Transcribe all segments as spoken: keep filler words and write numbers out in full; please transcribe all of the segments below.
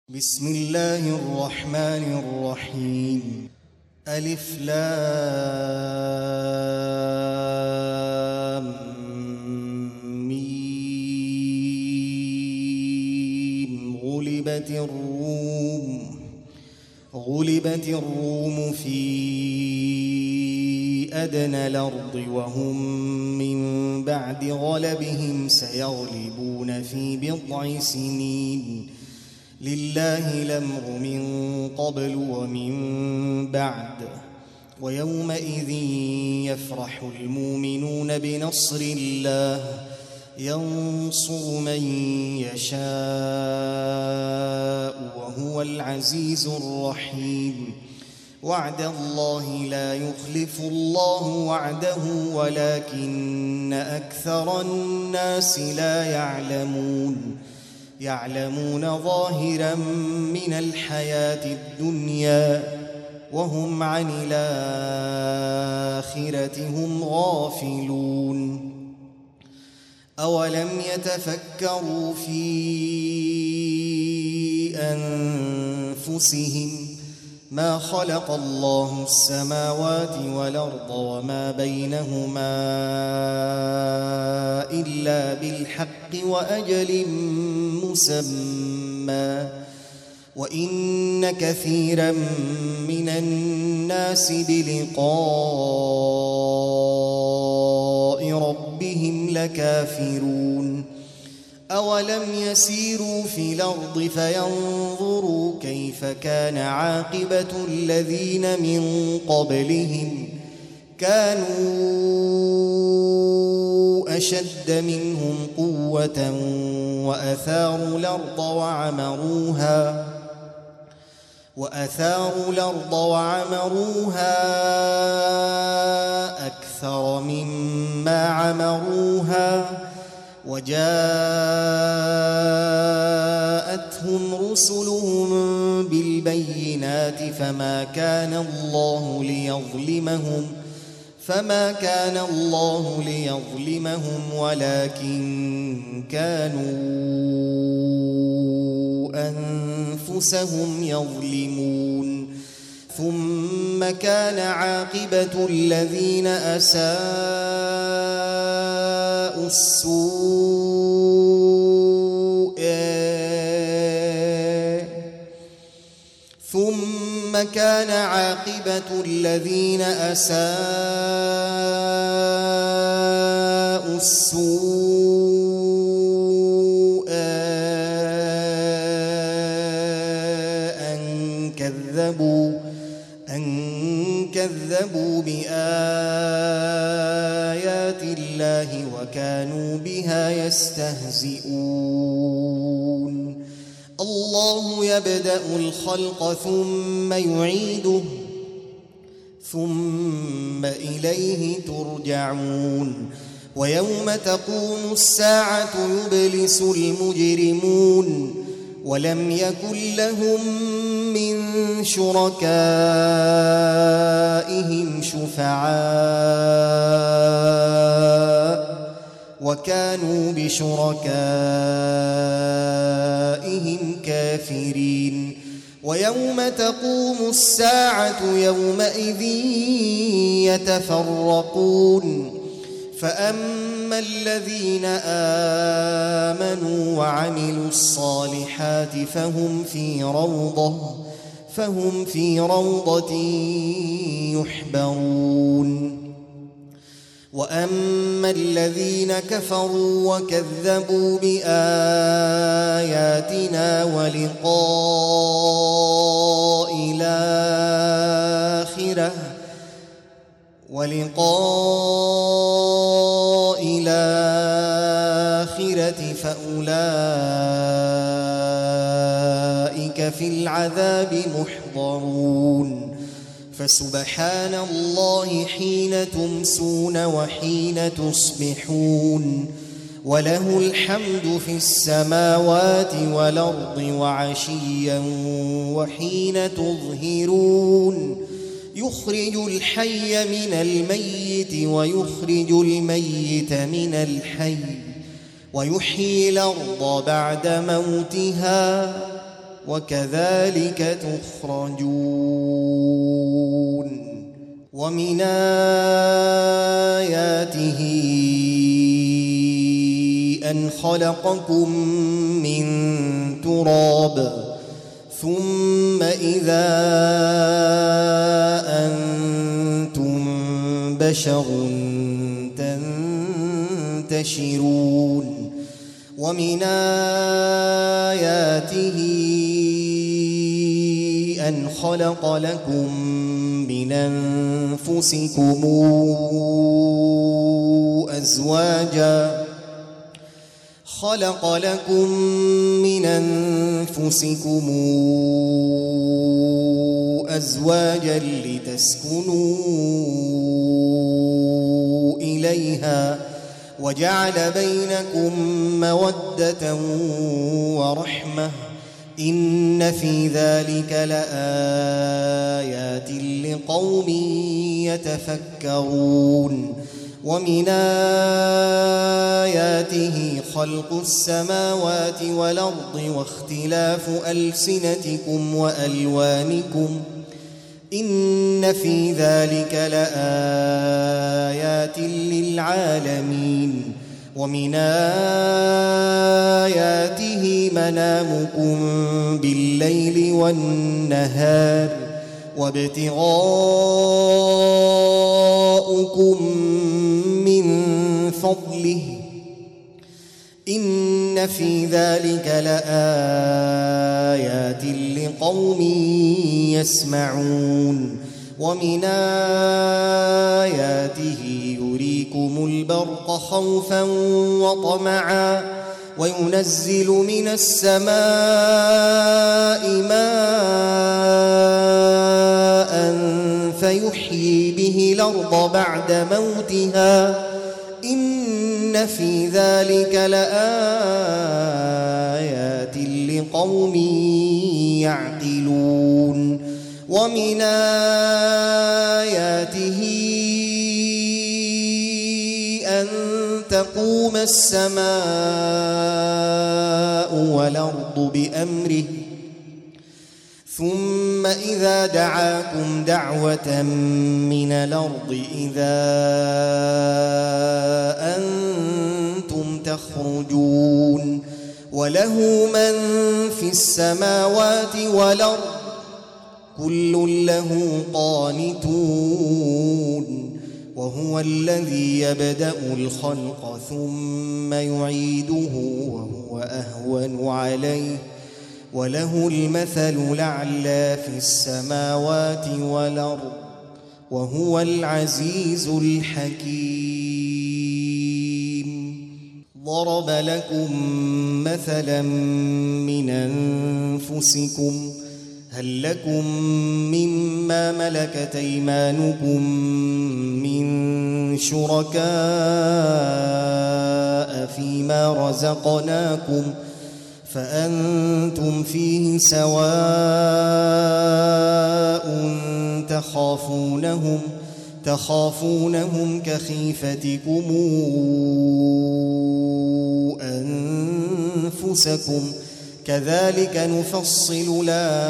بسم الله الرحمن الرحيم. ألف لام ميم. غلبت الروم غلبت الروم في أدنى الأرض وهم من بعد غلبهم سيغلبون في بضع سنين. لله الأمر من قبل ومن بعد، ويومئذ يفرح المؤمنون بنصر الله ينصر من يشاء وهو العزيز الرحيم. وعد الله لا يخلف الله وعده ولكن أكثر الناس لا يعلمون يعلمون ظاهرا من الحياة الدنيا وهم عن الآخرة هم غافلون. أولم يتفكروا في أنفسهم ما خلق الله السماوات والأرض وما بينهما إلا بالحق وأجل مسمى، وإن كثيرا من الناس بلقاء ربهم لكافرون. أولم يسيروا في الأرض فينظروا كيف كان عاقبة الذين من قبلهم كانوا أشد منهم قوة وأثاروا الأرض وعمروها وأثاروا الأرض وعمروها أكثر مما عمروها وجاءتهم رسلهم بالبينات فما كان الله ليظلمهم فما كان الله ليظلمهم ولكن كانوا أنفسهم يظلمون. ثم كان عاقبة الذين أساءوا السوء ثم كان عاقبة الذين أساءوا السوء أن كذبوا أن كذبوا بآيات الله وكانوا بها يستهزئون. الله يبدأ الخلق ثم يعيده ثم إليه ترجعون. ويوم تقوم الساعة يبلس المجرمون ولم يكن لهم من شركائهم شفعاء وكانوا بشركائهم كافرين. ويوم تقوم الساعة يومئذ يتفرقون فأما الذين آمنوا وعملوا الصالحات فهم في روضة فهم في روضة يحبرون. وأما الذين كفروا وكذبوا بآياتنا ولقاء الآخرة ولقاء الآخرة فأولئك في العذاب محضرون. فسبحان الله حين تمسون وحين تصبحون وله الحمد في السماوات والأرض وعشيا وحين تظهرون. يخرج الحي من الميت ويخرج الميت من الحي ويحيي الأرض بعد موتها وكذلك تخرجون. ومن آياته أن خلقكم من تراب ثم إذا أنتم بشر تنتشرون. ومن آياته أن خلق لكم من أنفسكم أزواجا خلق لكم من أنفسكم أزواجا لتسكنوا إليها وجعل بينكم مودة ورحمة إن في ذلك لآيات لقوم يتفكرون. ومن آياته خلق السماوات والأرض واختلاف ألسنتكم وألوانكم إن في ذلك لآيات للعالمين. ومن آياته منامكم بالليل والنهار وابتغاؤكم من فضله إن في ذلك لآيات لقوم يسمعون. ومن آياته يريكم البرق خوفا وطمعا وينزل من السماء ماء فيحيي به الأرض بعد موتها إن في ذلك لآيات لقوم يعقلون. ومن آياته أن تقوم السماء والأرض بأمره ثم إذا دعاكم دعوة من الأرض إذا أنتم تخرجون. وله من في السماوات والأرض كل له قانتون. وهو الذي يبدأ الخلق ثم يعيده وهو أهون عليه وله المثل الأعلى في السماوات والأرض وهو العزيز الحكيم. ضرب لكم مثلا من أنفسكم هل لكم مما ملكت أيمانكم من شركاء فيما رزقناكم فأنتم فيه سواء تخافونهم تخافونهم كخيفتكم أنفسكم كذلك نفصل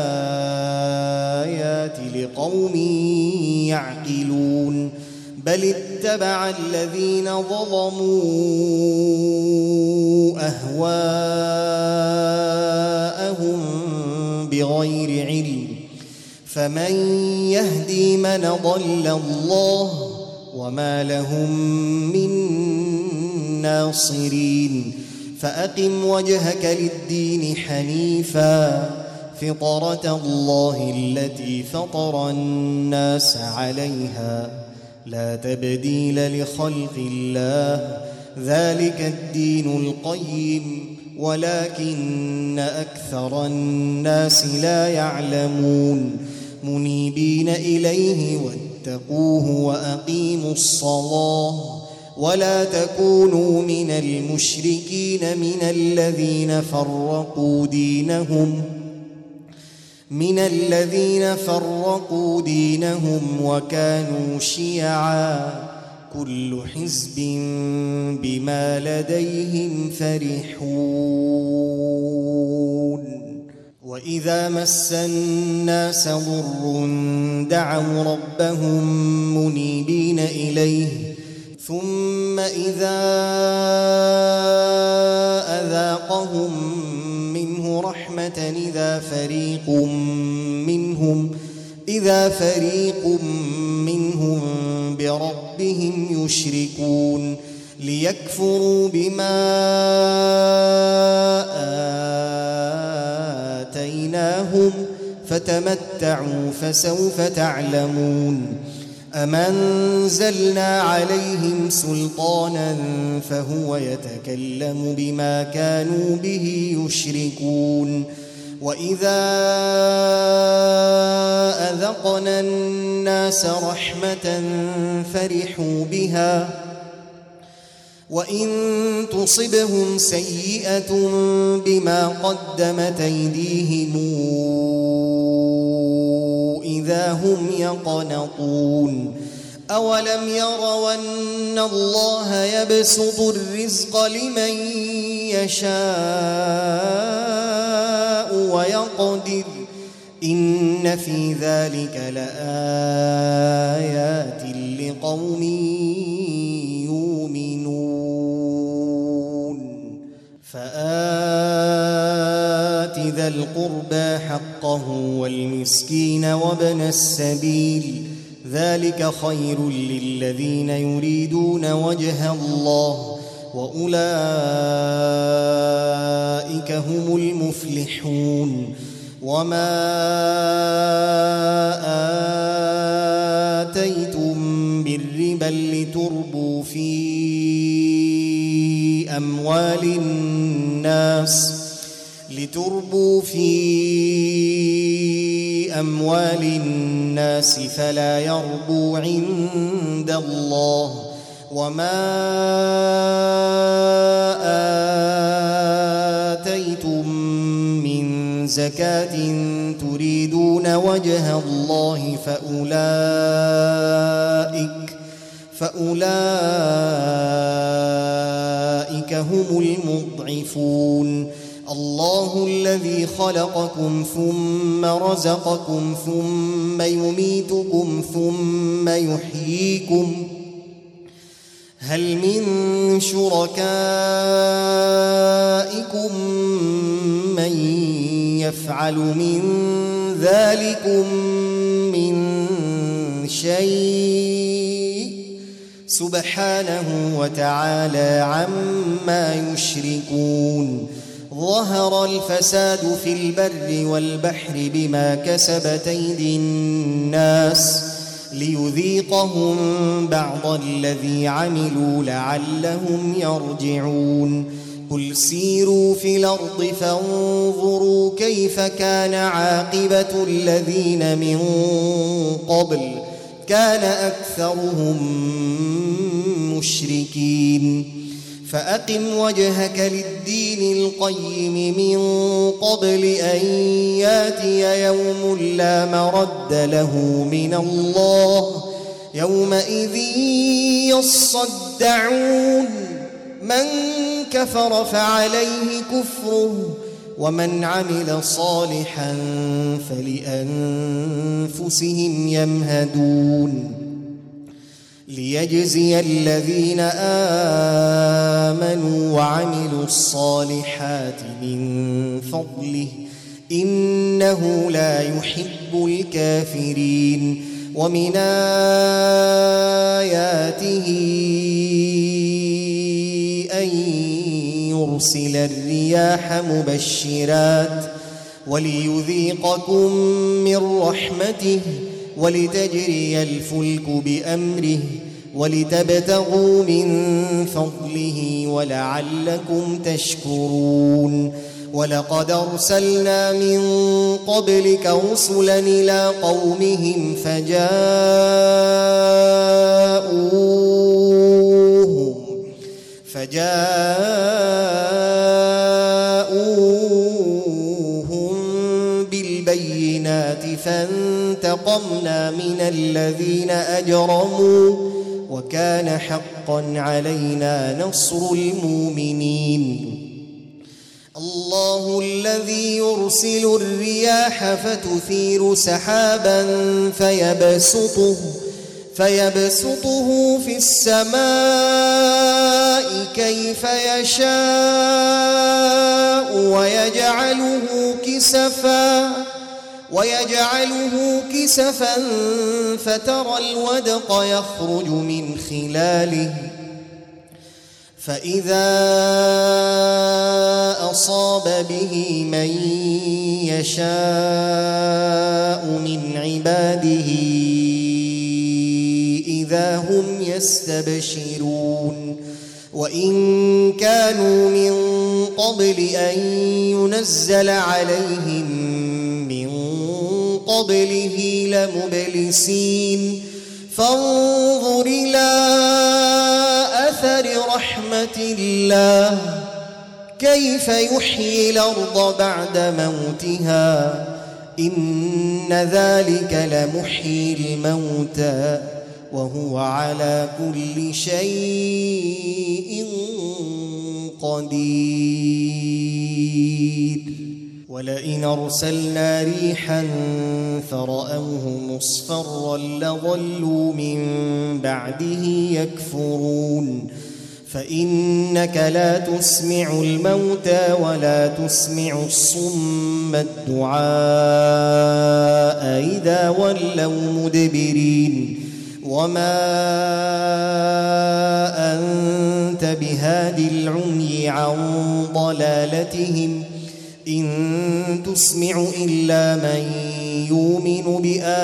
الآيات لقوم يعقلون. بل اتبع الذين ظلموا أهواءهم بغير علم فمن يهدي من ضل الله وما لهم من ناصرين. فأقم وجهك للدين حنيفا فطرة الله التي فطر الناس عليها لا تبديل لخلق الله ذلك الدين القيم ولكن أكثر الناس لا يعلمون. منيبين إليه واتقوه وأقيموا الصلاة ولا تكونوا من المشركين من الذين فرقوا دينهم من الذين فرقوا دينهم وكانوا شيعا كل حزب بما لديهم فرحون. وإذا مس الناس ضر دعوا ربهم منيبين إليه ثم إذا أذاقهم منه رحمة إذا فريق منهم إذا فريق منهم بربهم يشركون ليكفروا بما آتيناهم فتمتعوا فسوف تعلمون أم أنزلنا عليهم سلطانا فهو يتكلم بما كانوا به يشركون وإذا أذقنا الناس رحمة فرحوا بها وإن تصبهم سيئة بما قدمت أيديهم إذا هم يقنطون أولم يروا أن الله يبسط الرزق لمن يشاء ويقدر إن في ذلك لآيات لقوم يؤمنون فآت ذا القربى حقه والمسكين وابن السبيل ذلك خير للذين يريدون وجه الله وأولئك هم المفلحون وما آتيتم من ربا لتربوا في أموال الناس لتربوا في أموال الناس فلا يربو عند الله وما آتيتم من زكاة تريدون وجه الله فأولئك فأولئك هم المضعفون الله الذي خلقكم ثم رزقكم ثم يميتكم ثم يحييكم هل من شركائكم من يفعل من ذلكم من شيء سبحانه وتعالى عما يشركون ظهر الفساد في البر والبحر بما كسبت أيدي الناس ليذيقهم بعض الذي عملوا لعلهم يرجعون قل سيروا في الأرض فانظروا كيف كان عاقبة الذين من قبل كان أكثرهم مشركين فأقم وجهك للدين القيم من قبل أن ياتي يوم لا مرد له من الله يومئذ يصدعون من كفر فعليه كفره ومن عمل صالحا فلأنفسهم يمهدون ليجزي الذين آمنوا وعملوا الصالحات من فضله إنه لا يحب الكافرين ومن آياته أن يرسل الرياح مبشرات وليذيقكم من رحمته ولتجري الفلك بأمره ولتبتغوا من فضله ولعلكم تشكرون ولقد أرسلنا من قبلك رسلا إلى قومهم فجاءوهم فجاءوهم بالبينات فانتقمنا من الذين أجرموا وكان حقا علينا نصر المؤمنين الله الذي يرسل الرياح فتثير سحابا فيبسطه فيبسطه في السماء كيف يشاء ويجعله كسفا ويجعله كسفا فترى الودق يخرج من خلاله فإذا أصاب به من يشاء من عباده إذا هم يستبشرون وإن كانوا من قبل أن ينزل عليهم من قبله لمبلسين فانظر إلى أثر رحمة الله كيف يحيي الأرض بعد موتها إن ذلك لمحيي الموتى وهو على كل شيء قدير ولئن أرسلنا ريحا فرأوه مصفرا لظلوا من بعده يكفرون فإنك لا تسمع الموتى ولا تسمع الصم الدعاء إذا ولوا مدبرين وما أنت بهادي العمي عن ضلالتهم إن تسمع إلا من يؤمن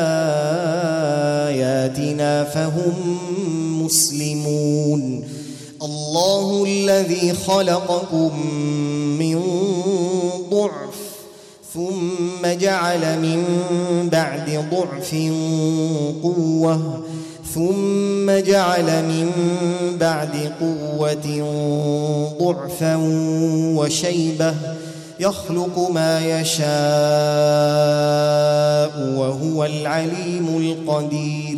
بآياتنا فهم مسلمون الله الذي خلقكم من ضعف ثم جعل من بعد ضعف قوة ثم جعل من بعد قوة ضعفا وشيبة يخلق ما يشاء وهو العليم القدير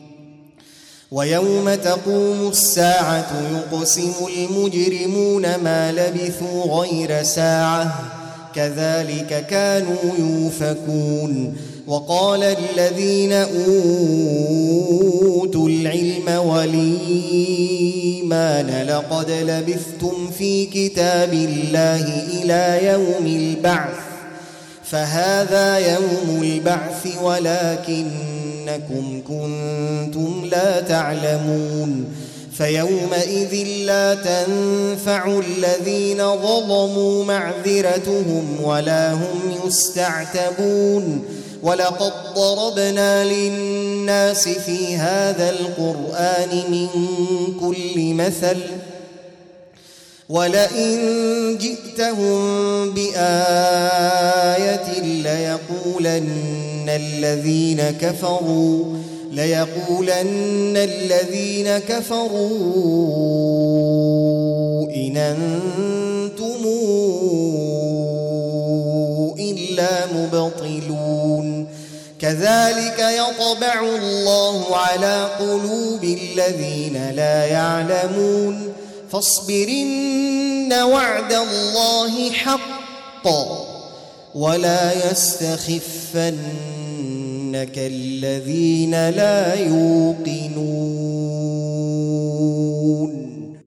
ويوم تقوم الساعة يقسم المجرمون ما لبثوا غير ساعة كذلك كانوا يؤفكون وقال الذين أوتوا العلم والإيمان لقد لبثتم في كتاب الله إلى يوم البعث فهذا يوم البعث ولكنكم كنتم لا تعلمون فيومئذ لا تنفع الذين ظلموا معذرتهم ولا هم يستعتبون ولقد ضربنا للناس في هذا القرآن من كل مثل ولئن جئتهم بآية ليقولن الذين كفروا ليقولن الذين كفروا إن أنتم إلا مبطلون كذلك يطبع الله على قلوب الذين لا يعلمون فاصبرن وعد الله حقا ولا يستخفنك الذين لا يوقنون